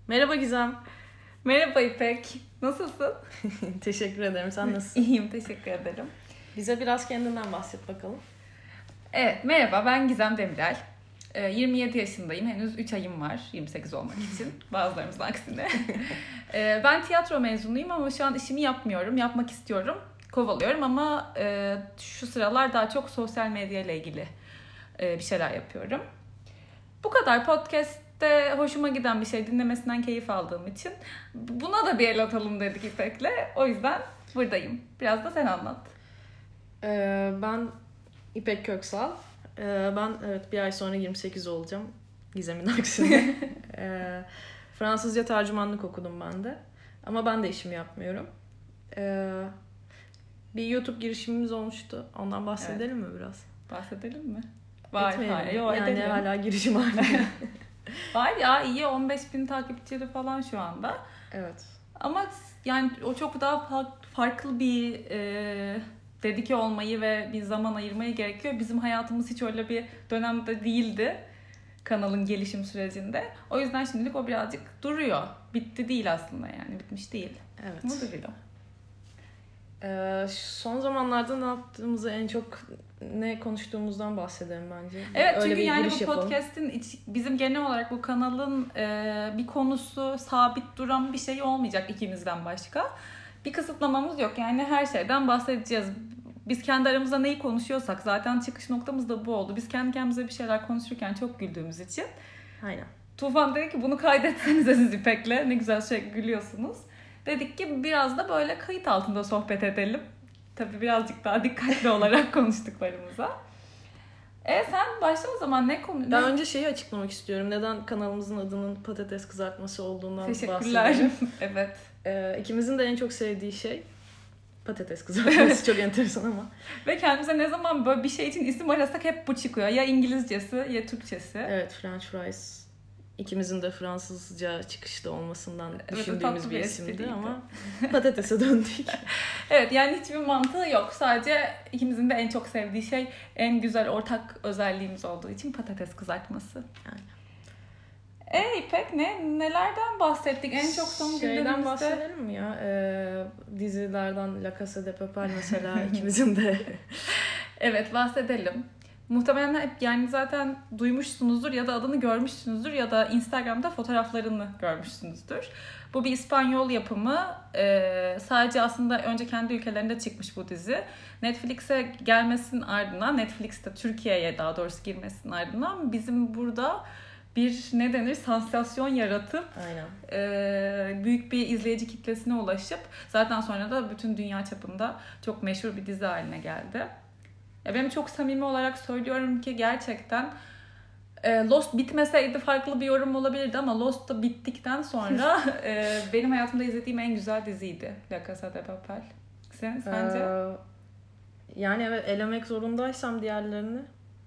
Merhaba Gizem. Merhaba İpek. Nasılsın? Teşekkür ederim. Sen nasılsın? İyiyim, teşekkür ederim. Bize biraz kendinden bahset bakalım. Evet, merhaba ben Gizem Demirel. 27 yaşındayım. Henüz 3 ayım var 28 olmak için. Bazılarımızın aksine. Ben tiyatro mezunuyum ama şu an işimi yapmıyorum. Yapmak istiyorum. Kovalıyorum ama şu sıralar daha çok sosyal medya ile ilgili bir şeyler yapıyorum. Bu kadar. Podcast'te hoşuma giden bir şey, dinlemesinden keyif aldığım için buna da bir el atalım dedik İpek'le. O yüzden buradayım. Biraz da sen anlat. Ben İpek Köksal. Ben bir ay sonra 28 olacağım. Gizem'in aksine. Fransızca tercümanlık okudum ben de. Ama ben de işimi yapmıyorum. Bir YouTube girişimimiz olmuştu. Ondan bahsedelim mi biraz? Bahsedelim mi? Yani hala girişim halinde. Var ya, iyi 15.000 takipçileri falan şu anda. Evet. Ama yani o çok daha farklı bir dedike olmayı ve bir zaman ayırmayı gerekiyor. Bizim hayatımız hiç öyle bir dönemde değildi kanalın gelişim sürecinde. O yüzden şimdilik o birazcık duruyor. Bitti değil aslında, yani bitmiş değil. Evet. Ama duruyor. Son zamanlarda ne yaptığımızı, en çok ne konuştuğumuzdan bahsedelim bence. Evet, öyle çünkü yani bu yapalım. podcast'in bizim genel olarak bu kanalın bir konusu, sabit duran bir şey olmayacak ikimizden başka. Bir kısıtlamamız yok, yani her şeyden bahsedeceğiz. Biz kendi aramızda neyi konuşuyorsak, zaten çıkış noktamız da bu oldu. Biz kendi kendimize bir şeyler konuşurken çok güldüğümüz için. Aynen. Tufan dedi ki bunu kaydetsenize siz İpek'le, ne güzel gülüyorsunuz. Dedik ki biraz da böyle kayıt altında sohbet edelim. Tabii birazcık daha dikkatli olarak konuştuklarımıza. Sen başla o zaman, ne konu? Ben önce şeyi açıklamak istiyorum. Neden kanalımızın adının patates kızartması olduğundan Teşekkürler. bahsedelim. Evet. İkimizin de en çok sevdiği şey patates kızartması. Çok enteresan ama. Ve kendimize ne zaman böyle bir şey için isim arasak hep bu çıkıyor. Ya İngilizcesi ya Türkçesi. Evet, French fries. İkimizin de Fransızca çıkışta olmasından Evet, düşündüğümüz bir isimdi espriydi. ama patatese döndük. Evet, yani hiçbir mantığı yok. Sadece ikimizin de en çok sevdiği şey, en güzel ortak özelliğimiz olduğu için patates kızartması. İpek, nelerden bahsettik? En çok son Şeyden gündemimizde... bahsedelim mi ya? Dizilerden La Casa de Papel mesela ikimizin de. Evet, bahsedelim. Muhtemelen hep yani zaten duymuşsunuzdur ya da adını görmüşsünüzdür ya da Instagram'da fotoğraflarını görmüşsünüzdür. Bu bir İspanyol yapımı. Sadece aslında önce kendi ülkelerinde çıkmış bu dizi. Netflix'e gelmesinin ardından, Netflix'te Türkiye'ye daha doğrusu girmesinin ardından bizim burada bir sansasyon yaratıp büyük bir izleyici kitlesine ulaşıp zaten sonra da bütün dünya çapında çok meşhur bir dizi haline geldi. Ya benim çok samimi olarak söylüyorum ki gerçekten Lost bitmeseydi farklı bir yorum olabilirdi ama Lost da bittikten sonra benim hayatımda izlediğim en güzel diziydi La Casa de Papel. Sence? Yani evet, elemek zorundaysam diğerlerini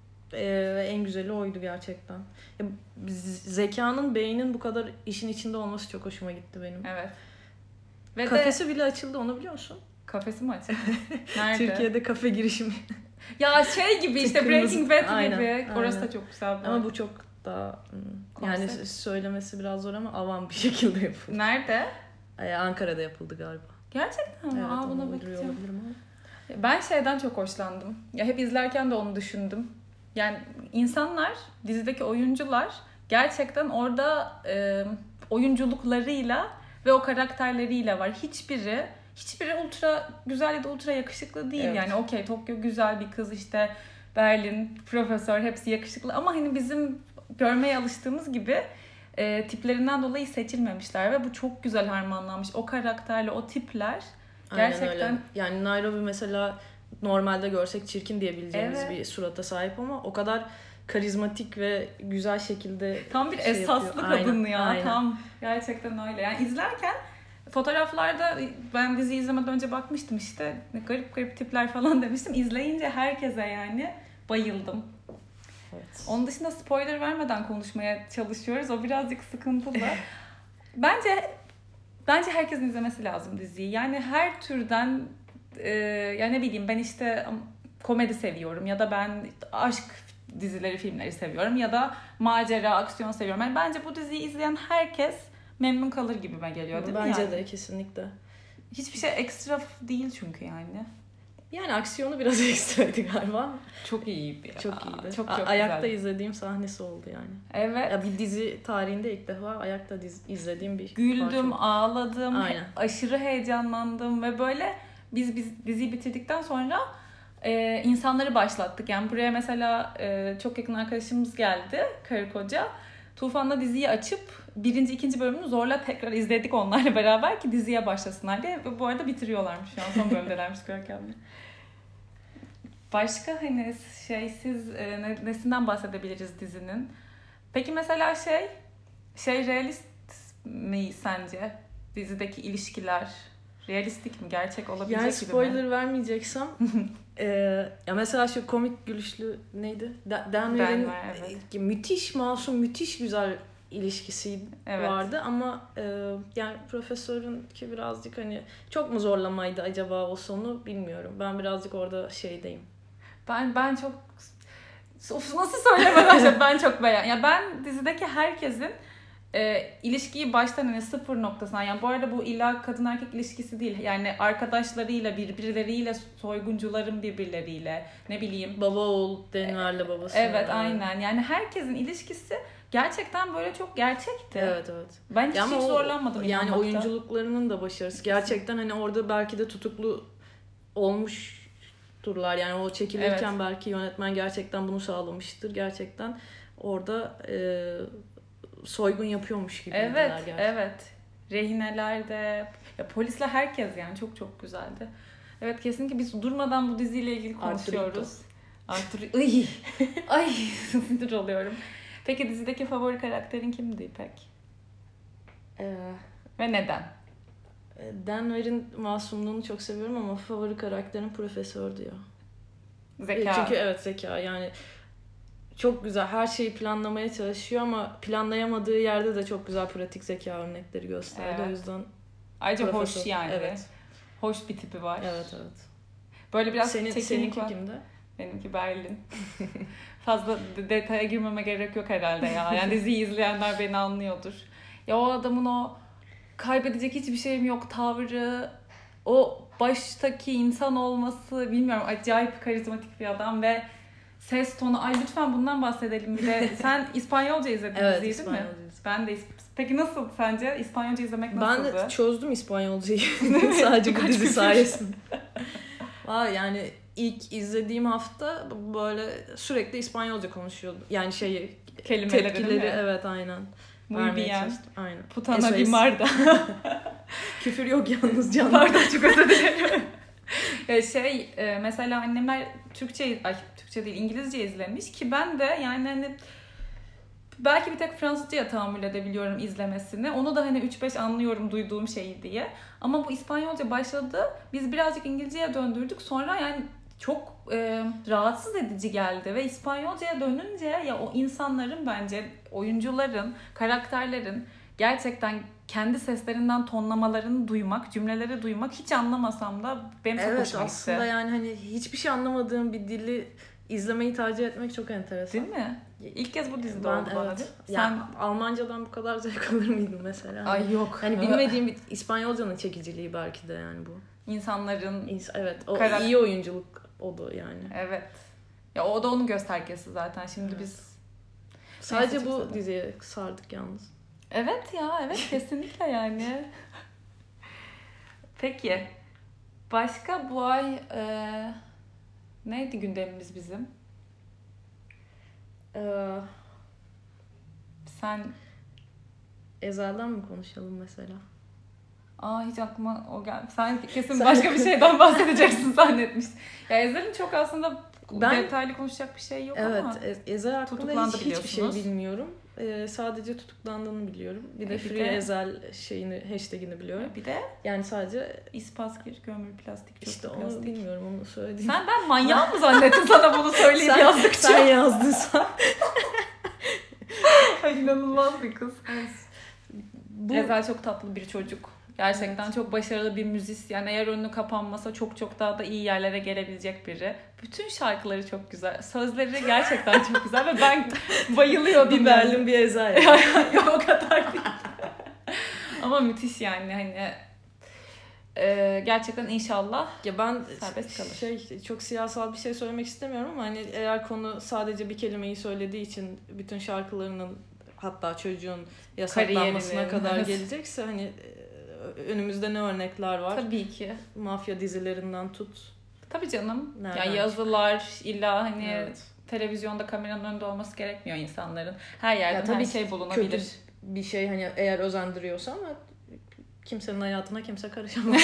en güzeli oydu gerçekten. Ya, zekanın, beynin bu kadar işin içinde olması çok hoşuma gitti benim. Evet. Ve kafesi bile açıldı, onu biliyor musun? Kafesi mi açıldı? Nerede? Türkiye'de kafe girişimi. Ya şey gibi işte Breaking Bad gibi. Aynen. Orası da çok güzel. Ama bu çok daha yani söylemesi biraz zor ama avam bir şekilde yapıldı. Nerede? Ankara'da yapıldı galiba. Gerçekten mi? Evet, buna bakacağım. Ama. Ben şeyden çok hoşlandım. Ya hep izlerken de onu düşündüm. Yani insanlar, dizideki oyuncular gerçekten orada oyunculuklarıyla ve o karakterleriyle var. Hiçbiri ultra güzel ya da ultra yakışıklı değil. Evet. Yani okey, Tokyo güzel bir kız, işte Berlin, profesör, hepsi yakışıklı ama hani bizim görmeye alıştığımız gibi tiplerinden dolayı seçilmemişler ve bu çok güzel harmanlanmış. O karakterle o tipler gerçekten. Aynen öyle. Yani Nairobi mesela normalde görsek çirkin diyebileceğimiz bir surata sahip ama o kadar karizmatik ve güzel şekilde tam bir esaslı kadın ya. Aynen. Tam gerçekten öyle. Yani izlerken fotoğraflarda, ben dizi izlemeden önce bakmıştım işte, garip tipler falan demiştim. İzleyince herkese yani bayıldım. Evet. Onun dışında spoiler vermeden konuşmaya çalışıyoruz. O birazcık sıkıntılı. Bence herkesin izlemesi lazım diziyi. Yani her türden ya ne bileyim, ben işte komedi seviyorum ya da ben aşk dizileri, filmleri seviyorum ya da macera, aksiyon seviyorum. Yani bence bu diziyi izleyen herkes memnun kalır gibime geliyor değil mi Bence yani? de kesinlikle. Hiçbir şey ekstra değil çünkü yani. Yani aksiyonu biraz ekstraydı galiba. Çok iyiydi ya. Çok iyiydi. Çok ayakta güzeldi. izlediğim sahnesi oldu yani. Evet. Ya bir dizi tarihinde ilk defa ayakta izlediğim bir Güldüm, parça. ağladım, Aynen. aşırı heyecanlandım ve böyle biz diziyi bitirdikten sonra insanları başlattık. Yani buraya mesela çok yakın arkadaşımız geldi, karı koca. Tufan'la diziyi açıp birinci, ikinci bölümünü zorla tekrar izledik onlarla beraber ki diziye başlasınlar diye. Ve bu arada bitiriyorlarmış şu an, son bölümdelermiş Görkem'le. Başka hani siz nesinden bahsedebiliriz dizinin? Peki mesela realist mi sence? Dizideki ilişkiler realistik mi? Gerçek olabilecek Yani gibi mi? spoiler vermeyeceksem ya mesela şu komik gülüşlü neydi? Danver'in evet. müthiş masum, müthiş güzel ilişkisi vardı ama yani profesörün ki birazcık hani çok mu zorlamaydı acaba o sonu bilmiyorum. Ben birazcık orada şeydeyim. Ben çok nasıl söylemeden ben çok beğendim. Ya ben dizideki herkesin ilişkiyi baştan hani sıfır noktasından, yani bu arada bu illa kadın erkek ilişkisi değil, yani arkadaşlarıyla, birbirleriyle, soyguncuların birbirleriyle, ne bileyim baba oğul, Denver'le babası. Evet aynen, yani herkesin ilişkisi gerçekten böyle çok gerçekti. Evet. Ben hiç zorlanmadım yani inanmakta. oyunculuklarının da başarısı gerçekten hani orada belki de tutuklu olmuşturlar, yani o çekilirken belki yönetmen gerçekten bunu sağlamıştır, gerçekten orada soygun yapıyormuş gibi. Evet. Rehineler de, ya polisle herkes, yani çok çok güzeldi. Evet, kesinlikle biz durmadan bu diziyle ilgili konuşuyoruz. Ay sinir oluyorum. Peki dizideki favori karakterin kimdi İpek? Ve neden? Denver'in masumluğunu çok seviyorum ama favori karakterim profesördü ya. Zeka. Çünkü zeka, yani çok güzel her şeyi planlamaya çalışıyor ama planlayamadığı yerde de çok güzel pratik zeka örnekleri gösterdi. Evet. O yüzden ayrıca profesör. Hoş yani. Evet. Hoş bir tipi var. Evet. Böyle biraz seninki kimdi? Benimki Berlin. Fazla detaya girmeme gerek yok herhalde ya. Yani diziyi izleyenler beni anlıyordur. Ya o adamın o kaybedecek hiçbir şeyim yok tavrı, o baştaki insan olması, bilmiyorum, acayip karizmatik bir adam ve ses tonu. Ay lütfen bundan bahsedelim bir de. Sen İspanyolca izledin diziyi değil mi? Ben de. Peki nasıl sence? İspanyolca izlemek nasıldı? Ben de çözdüm İspanyolcayı. Sadece bu dizi sayesinde. Yani ilk izlediğim hafta böyle sürekli İspanyolca konuşuyordum. Yani tepkileri evet aynen. Muy bien. Aynen. Putana di marda. Küfür yok yalnız canım. Pardon, çok özür dilerim. Mesela annemler Türkçe değil İngilizce izlemiş ki ben de yani hani belki bir tek Fransızca'ya tahammül edebiliyorum izlemesini. Onu da hani 3-5 anlıyorum duyduğum şeyi diye. Ama bu İspanyolca başladı. Biz birazcık İngilizceye döndürdük. Sonra yani çok rahatsız edici geldi ve İspanyolcaya dönünce ya o insanların, bence oyuncuların, karakterlerin gerçekten kendi seslerinden tonlamalarını duymak, cümleleri duymak, hiç anlamasam da benim çok hoşuma gitti. Evet, aslında yani hani hiçbir şey anlamadığım bir dili izlemeyi tercih etmek çok enteresan. Değil mi? İlk kez bu dizide oldu bana değil mi? Sen Almancadan bu kadar zevk alır mıydın mesela? Ay yok. Hani bilmediğim bir İspanyolcanın çekiciliği belki de yani bu. İnsanların evet, o iyi oyunculuk o da yani. Evet. Ya o da onun göstergesi zaten. Şimdi biz sadece bu diziye sardık yalnız. Evet kesinlikle yani. Peki. Başka bu ay neydi gündemimiz bizim? Sen Ezel'den mi konuşalım mesela? Hiç aklıma o geldi. Sen kesin başka bir şeyden bahsedeceksin zannetmiştim. Ya Ezel'in çok aslında detaylı konuşacak bir şey yok ama. Evet, Ezel hakkında hiçbir şey bilmiyorum. Sadece tutuklandığını biliyorum. Bir de Free Ezel hashtag'ini biliyorum. Bir de yani sadece ispaskir, kömür, plastik, İşte onu bilmiyorum, onu söyledim. Sen ben manyak mı zannettin sana bunu söyleyip yazdıkça? Sen yazdıysan. Ay inanılmaz bir kız. Ezel çok tatlı bir çocuk. Gerçekten çok başarılı bir müzisyen. Eğer önünü kapanmasa çok çok daha da iyi yerlere gelebilecek biri. Bütün şarkıları çok güzel. Sözleri gerçekten çok güzel ve ben bayılıyordum. Bir Berlin bir Ezel. Yok o kadar değil. Ama müthiş yani hani gerçekten inşallah Ya ben serbest kalır. çok siyasal bir şey söylemek istemiyorum ama hani eğer konu sadece bir kelimeyi söylediği için bütün şarkılarının hatta çocuğun yasaklanmasına kadar gelecekse hani önümüzde ne örnekler var? Tabii ki. Mafya dizilerinden tut. Tabii canım. Nereden Yani yazılar illa hani evet. televizyonda kameranın önünde olması gerekmiyor insanların. Her yerden tabii her şey bulunabilir. Kötü bir şey hani eğer özendiriyorsa ama kimsenin hayatına kimse karışamaz.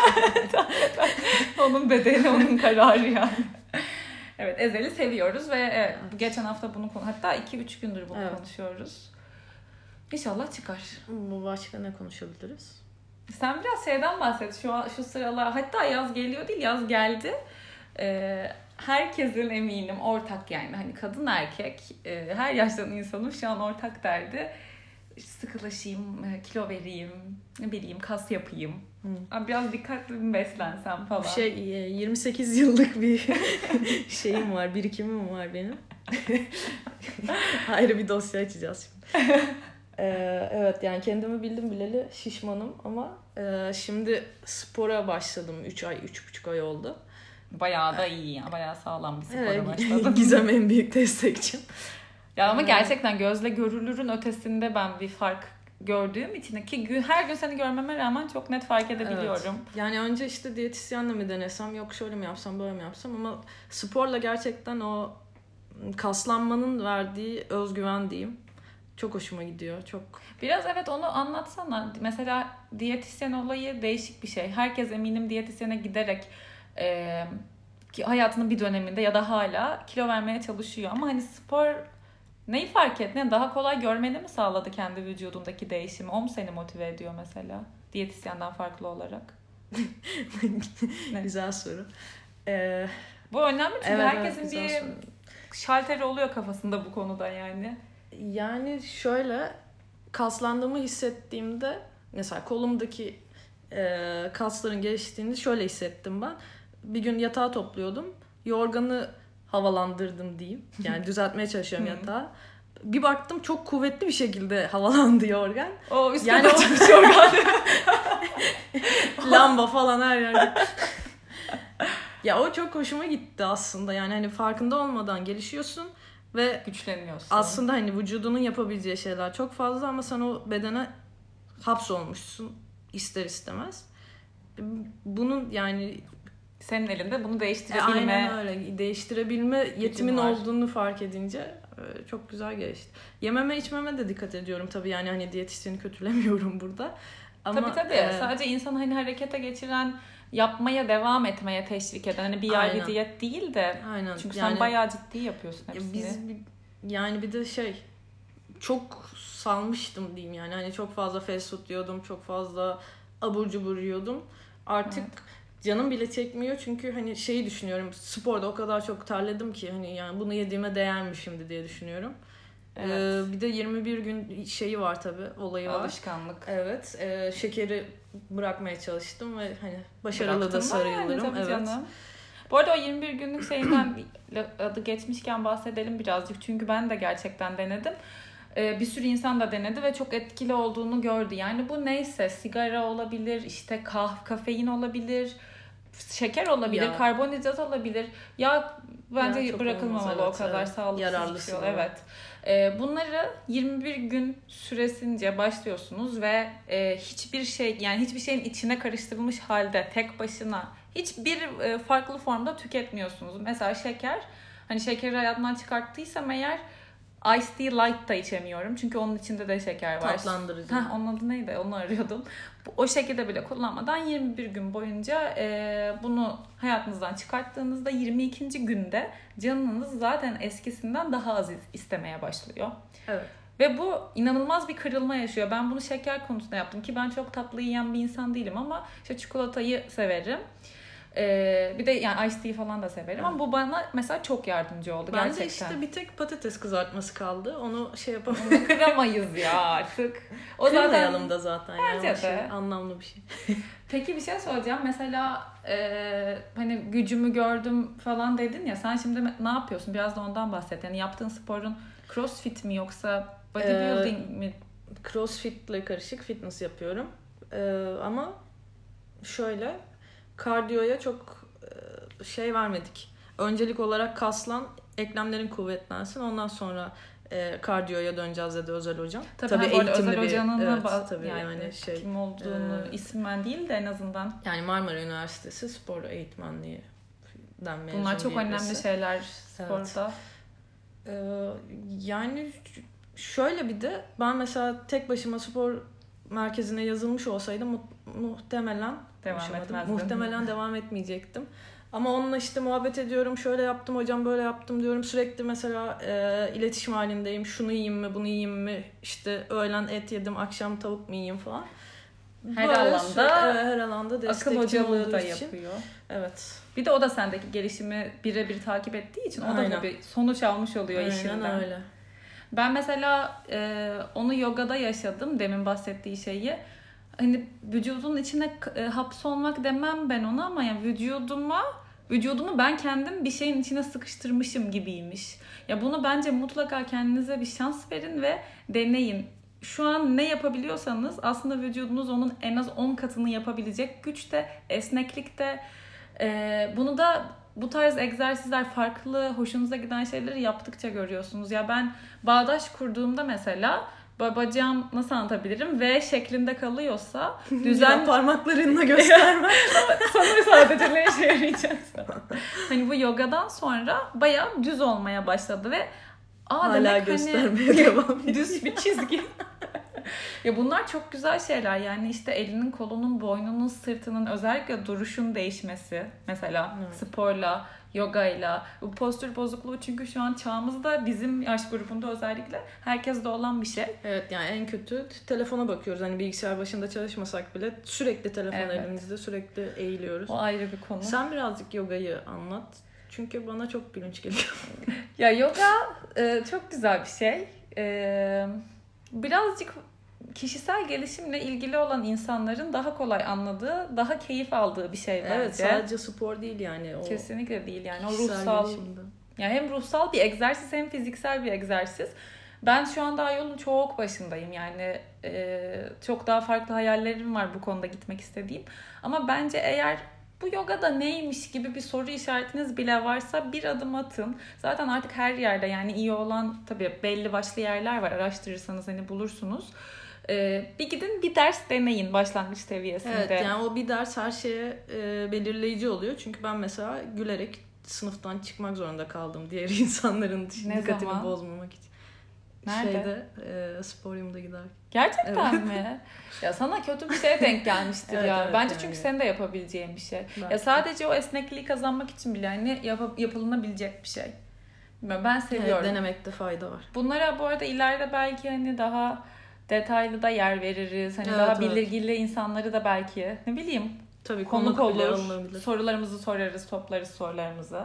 Onun bedeni, onun kararı yani. Evet, Ezel'i seviyoruz ve geçen hafta bunu hatta 2-3 gündür bunu konuşuyoruz. İnşallah çıkar. Bu başka ne konuşabiliriz? Sen biraz şeyden bahset. Şu sıralar hatta yaz geliyor değil, yaz geldi. Herkesin eminim ortak yani hani kadın erkek her yaştan insanın şu an ortak derdi. Sıkılaşayım, kilo vereyim, ne bileyim kas yapayım. Biraz dikkatli mi beslensem falan. 28 yıllık bir şeyim var, birikimim var benim. Ayrı bir dosya açacağız şimdi. Evet yani kendimi bildim bileli şişmanım ama şimdi spora başladım. 3,5 ay oldu. Bayağı da iyi ya. Bayağı sağlam bir spora başladım. Gizem en büyük destekçim. Ya ama gerçekten gözle görülürün ötesinde ben bir fark gördüğüm için ki her gün seni görmeme rağmen çok net fark edebiliyorum. Evet. Yani önce işte diyetisyenle mi denesem yok şöyle mi yapsam böyle mi yapsam ama sporla gerçekten o kaslanmanın verdiği özgüven diyeyim. Çok hoşuma gidiyor. Çok. Biraz evet onu anlatsana. Mesela diyetisyen olayı değişik bir şey. Herkes eminim diyetisyene giderek hayatının bir döneminde ya da hala kilo vermeye çalışıyor. Ama hani spor neyi fark etti? Daha kolay görmeni mi sağladı kendi vücudundaki değişimi? O mu seni motive ediyor mesela? Diyetisyenden farklı olarak. Güzel soru. Bu önemli çünkü herkesin bir soru. şalteri oluyor kafasında bu konuda yani. Yani şöyle kaslandığımı hissettiğimde mesela kolumdaki kasların geliştiğini şöyle hissettim ben. Bir gün yatağı topluyordum. Yorganı havalandırdım diyeyim. Yani düzeltmeye çalışıyorum yatağı. Bir baktım çok kuvvetli bir şekilde havalandı yorgan. O üstte yani çıkmış yorgan. Lamba falan her yerde. Ya o çok hoşuma gitti aslında. Yani hani farkında olmadan gelişiyorsun ve güçleniyorsun. Aslında hani vücudunun yapabileceği şeyler çok fazla ama sen o bedene hapsolmuşsun ister istemez. Bunun yani senin elinde bunu değiştirebilme. Aynen öyle. Değiştirebilme yetimin olduğunu fark edince çok güzel gelişti. Yememe içmeme de dikkat ediyorum tabii yani hani diyetisyeni kötülemiyorum burada. Ama tabii. Sadece insanı hani harekete geçiren, yapmaya devam etmeye teşvik eden hani bir ay bir diyet değil de. Aynen. Çünkü sen bayağı ciddi yapıyorsun hepsini. Yani bir de çok salmıştım diyeyim yani hani çok fazla fast food yiyordum, çok fazla abur cubur yiyordum. Artık canım bile çekmiyor çünkü hani düşünüyorum, sporda o kadar çok terledim ki hani yani bunu yediğime değer mi şimdi diye düşünüyorum. Evet. Bir de 21 gün var tabii, olayı var. Alışkanlık. Evet. Şekeri bırakmaya çalıştım ve hani başarılı da sayılırım. Yani, evet. Canım. Bu arada o 21 günlük şeyinden adı geçmişken bahsedelim birazcık. Çünkü ben de gerçekten denedim. Bir sürü insan da denedi ve çok etkili olduğunu gördü. Yani bu neyse sigara olabilir, işte kafein olabilir, şeker olabilir, karbonhidrat olabilir. Ya bence bırakılmamalı o kadar sağlıksız bir şey. Evet. Bunları 21 gün süresince başlıyorsunuz ve hiçbir şeyin içine karıştırılmış halde tek başına hiçbir farklı formda tüketmiyorsunuz. Mesela şeker, hani şekeri hayatımdan çıkarttıysam eğer Ice Tea Light da içemiyorum. Çünkü onun içinde de şeker var. Tatlandırıcı. Onun adı neydi? Onu arıyordum. O şekilde bile kullanmadan 21 gün boyunca bunu hayatınızdan çıkarttığınızda 22. günde canınız zaten eskisinden daha az istemeye başlıyor. Evet. Ve bu inanılmaz bir kırılma yaşıyor. Ben bunu şeker konusunda yaptım ki ben çok tatlı yiyen bir insan değilim ama çikolatayı severim. Bir de yani Ice Tea falan da severim ama bu bana mesela çok yardımcı oldu gerçekten. Bence işte bir tek patates kızartması kaldı. Onu yapamayız. Kıramayız ya artık. Kırmayalım da zaten. Bence de. Anlamlı bir şey. Peki bir şey soracağım. Mesela hani gücümü gördüm falan dedin ya. Sen şimdi ne yapıyorsun? Biraz da ondan bahset. Yani yaptığın sporun crossfit mi yoksa bodybuilding mi? crossfit'le karışık fitness yapıyorum. Ama şöyle kardiyoya çok şey vermedik. Öncelik olarak kaslan, eklemlerin kuvvetlensin. Ondan sonra kardiyoya döneceğiz dedi Özel hocam. Tabii eğitimli Özel hocanın tabii yani şey, kim olduğunu ismen değil de en azından. Yani Marmara Üniversitesi spor eğitmenliğinden mezun. Bunlar çok önemli şeyler sporda. Yani şöyle bir de ben mesela tek başıma spor merkezine yazılmış olsaydım muhtemelen devam etmeyecektim. Ama onunla işte muhabbet ediyorum. Şöyle yaptım hocam, böyle yaptım diyorum. Sürekli mesela iletişim halindeyim. Şunu yiyeyim mi, bunu yiyeyim mi? İşte öğlen et yedim, akşam tavuk mu yiyeyim falan. Her alanda akım hocalığı da için yapıyor. Evet. Bir de o da sendeki gelişimi birebir takip ettiği için o da tabii sonuç almış oluyor işinden. Aynen öyle. Ben mesela onu yogada yaşadım, demin bahsettiği şeyi. Hani vücudun içine hapsolmak demem ben ona ama yani vücudumu ben kendim bir şeyin içine sıkıştırmışım gibiymiş. Ya bunu bence mutlaka kendinize bir şans verin ve deneyin. Şu an ne yapabiliyorsanız aslında vücudunuz onun en az 10 katını yapabilecek güçte, esneklikte. Bunu da bu tarz egzersizler, farklı, hoşunuza giden şeyleri yaptıkça görüyorsunuz. Ya ben bağdaş kurduğumda mesela bacağım nasıl anlatabilirim? V şeklinde kalıyorsa düzen parmaklarınla gösterme. Sana sadece ne işe yarayacaksa. Hani bu yogadan sonra bayağı düz olmaya başladı ve hala göstermeye devam ediyor. Düz bir çizgi. Ya bunlar çok güzel şeyler. Yani işte elinin, kolunun, boynunun, sırtının, özellikle duruşun değişmesi. Mesela sporla, yogayla. Bu postür bozukluğu çünkü şu an çağımızda bizim yaş grubunda özellikle herkeste olan bir şey. Evet, yani en kötü telefona bakıyoruz. Hani bilgisayar başında çalışmasak bile sürekli telefon elimizde, sürekli eğiliyoruz. O ayrı bir konu. Sen birazcık yogayı anlat. Çünkü bana çok gülünç geliyor. Ya yoga çok güzel bir şey. Birazcık kişisel gelişimle ilgili olan insanların daha kolay anladığı, daha keyif aldığı bir şey bence. Evet, sadece spor değil yani. O kesinlikle değil yani. O ruhsal. Yani hem ruhsal bir egzersiz hem fiziksel bir egzersiz. Ben şu an daha yolun çok başındayım yani çok daha farklı hayallerim var bu konuda gitmek istediğim. Ama bence eğer bu yoga da neymiş gibi bir soru işaretiniz bile varsa bir adım atın. Zaten artık her yerde yani iyi olan tabii belli başlı yerler var, araştırırsanız hani bulursunuz. Bir gidin bir ders deneyin başlangıç seviyesinde. Evet, yani o bir ders her şeye belirleyici oluyor. Çünkü ben mesela gülerek sınıftan çıkmak zorunda kaldım diğer insanların dikkatini bozmamak için. Nerede? Sporyumda giderken. Gerçekten mi? Ya sana kötü bir şeye denk gelmiştir ya. Evet, bence yani. çünkü senin de yapabileceğin bir şey. Belki. Ya sadece o esnekliği kazanmak için bile hani yapılınabilecek bir şey. Ben seviyorum. Evet, denemekte fayda var. Bunlara bu arada ileride belki hani daha detaylı da yer veririz. Hani daha bilgili insanları da belki ne bileyim tabii konuk olur. Sorularımızı sorarız, toplarız sorularımızı.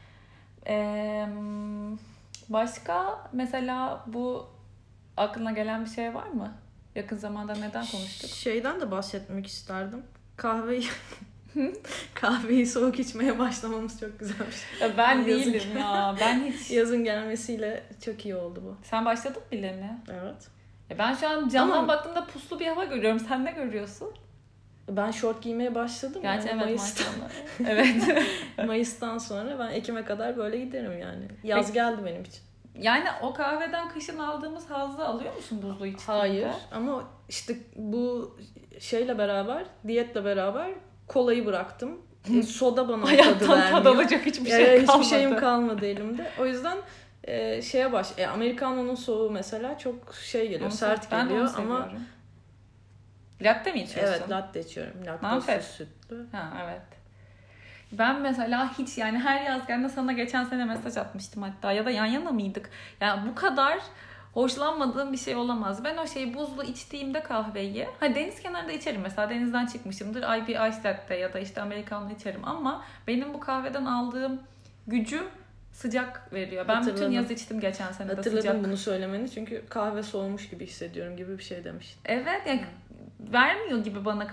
Başka mesela bu aklına gelen bir şey var mı? Yakın zamanda neden konuştuk? Şeyden de bahsetmek isterdim. Kahveyi soğuk içmeye başlamamız çok güzel bir şey. Ya ben değilim ya. Ben hiç. Yazın gelmesiyle çok iyi oldu bu. Sen başladın bile mi? Evet. Ben şu an camdan baktığımda puslu bir hava görüyorum. Sen ne görüyorsun? Ben şort giymeye başladım. Gerçi yani evet Mayıs'tan. Evet. Mayıs'tan sonra ben Ekim'e kadar böyle giderim yani. Yaz geldi benim için. Yani o kahveden kışın aldığımız hazzı alıyor musun buzlu içtiğinde? Hayır ama işte bu şeyle beraber, diyetle beraber kolayı bıraktım. Soda bana tadı vermiyor. Hayattan tad alacak hiçbir şey kalmadı. Hiçbir şeyim kalmadı elimde. O yüzden Americano'nun soğuğu mesela çok geliyor, sert geliyor ama latte mi içiyorsun? Evet, latte içiyorum. Laktozsuz sütlü. Ha, evet. Ben mesela hiç yani her yaz geldiğinde sana geçen sene mesaj atmıştım hatta ya da yan yana mıydık? Yani bu kadar hoşlanmadığım bir şey olamaz. Ben o şeyi buzlu içtiğimde kahveyi, deniz kenarında içerim mesela, denizden çıkmışımdır. Ay bir ice latte ya da işte americano içerim ama benim bu kahveden aldığım gücü sıcak veriyor. Ben bütün yaz içtim geçen sene de sıcak. Hatırladım bunu söylemeni çünkü kahve soğumuş gibi hissediyorum gibi bir şey demiştin. Evet yani vermiyor gibi bana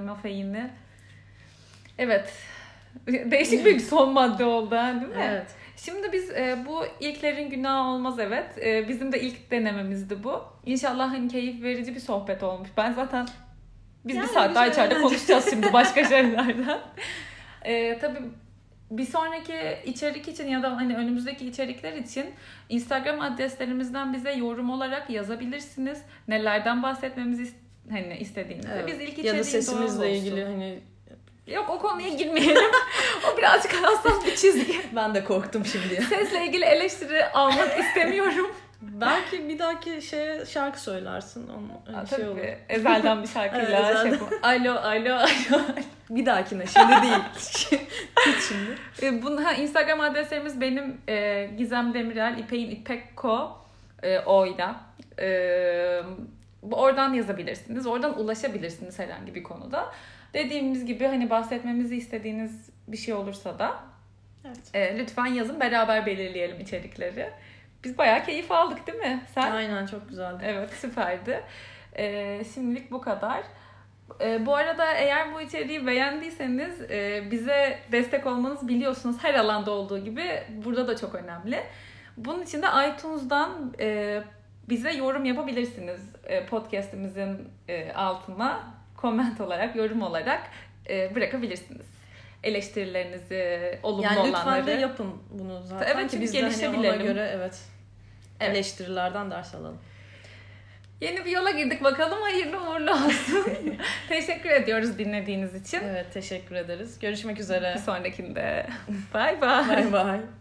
kafeini. Evet. Değişik bir son madde oldu değil mi? Evet. Şimdi biz bu ilklerin günahı olmaz, evet. Bizim de ilk denememizdi bu. İnşallah hani keyif verici bir sohbet olmuş. Ben zaten biz yani bir saat daha içeride güzel. konuşacağız şimdi başka şeylerden. Tabii bir sonraki içerik için ya da hani önümüzdeki içerikler için Instagram adreslerimizden bize yorum olarak yazabilirsiniz. Nelerden bahsetmemizi hani istediğinizi. Evet. Biz ilk Ya içeriğin da doğal sesimizle olsun. ilgili hani Yok, o konuya girmeyelim. O birazcık hassas bir çizgi. ben de korktum şimdi. Sesle ilgili eleştiri almak istemiyorum. Belki bir dahaki şeye şarkı söylersin. Onun şey olur. Tabii. Ezel'den bir şarkıyla Evet, şey Ezel'den. Alo, alo, alo. Bir dahakine, şimdi değil. Tut şimdi. Instagram adreslerimiz benim Gizem Demirel, İpek'in İpekko O'yla. Oradan yazabilirsiniz. Oradan ulaşabilirsiniz herhangi bir konuda. Dediğimiz gibi hani bahsetmemizi istediğiniz bir şey olursa da lütfen yazın, beraber belirleyelim içerikleri. Biz bayağı keyif aldık değil mi? Sen? Aynen, çok güzeldi. Evet, süperdi. Şimdilik bu kadar. Bu arada eğer bu içeriği beğendiyseniz bize destek olmanız, biliyorsunuz her alanda olduğu gibi burada da çok önemli. Bunun için de iTunes'dan bize yorum yapabilirsiniz. Podcast'imizin altına comment olarak, yorum olarak bırakabilirsiniz. Eleştirilerinizi, olumlu yani olanları. lütfen de yapın bunu zaten. Evet, çünkü biz de hani ona gelişebilelim. göre eleştirilerden ders alalım. Yeni bir yola girdik, bakalım hayırlı uğurlu olsun. Teşekkür ediyoruz dinlediğiniz için. Evet, teşekkür ederiz. Görüşmek üzere. Bir sonrakinde. Bye bye. Bye bye.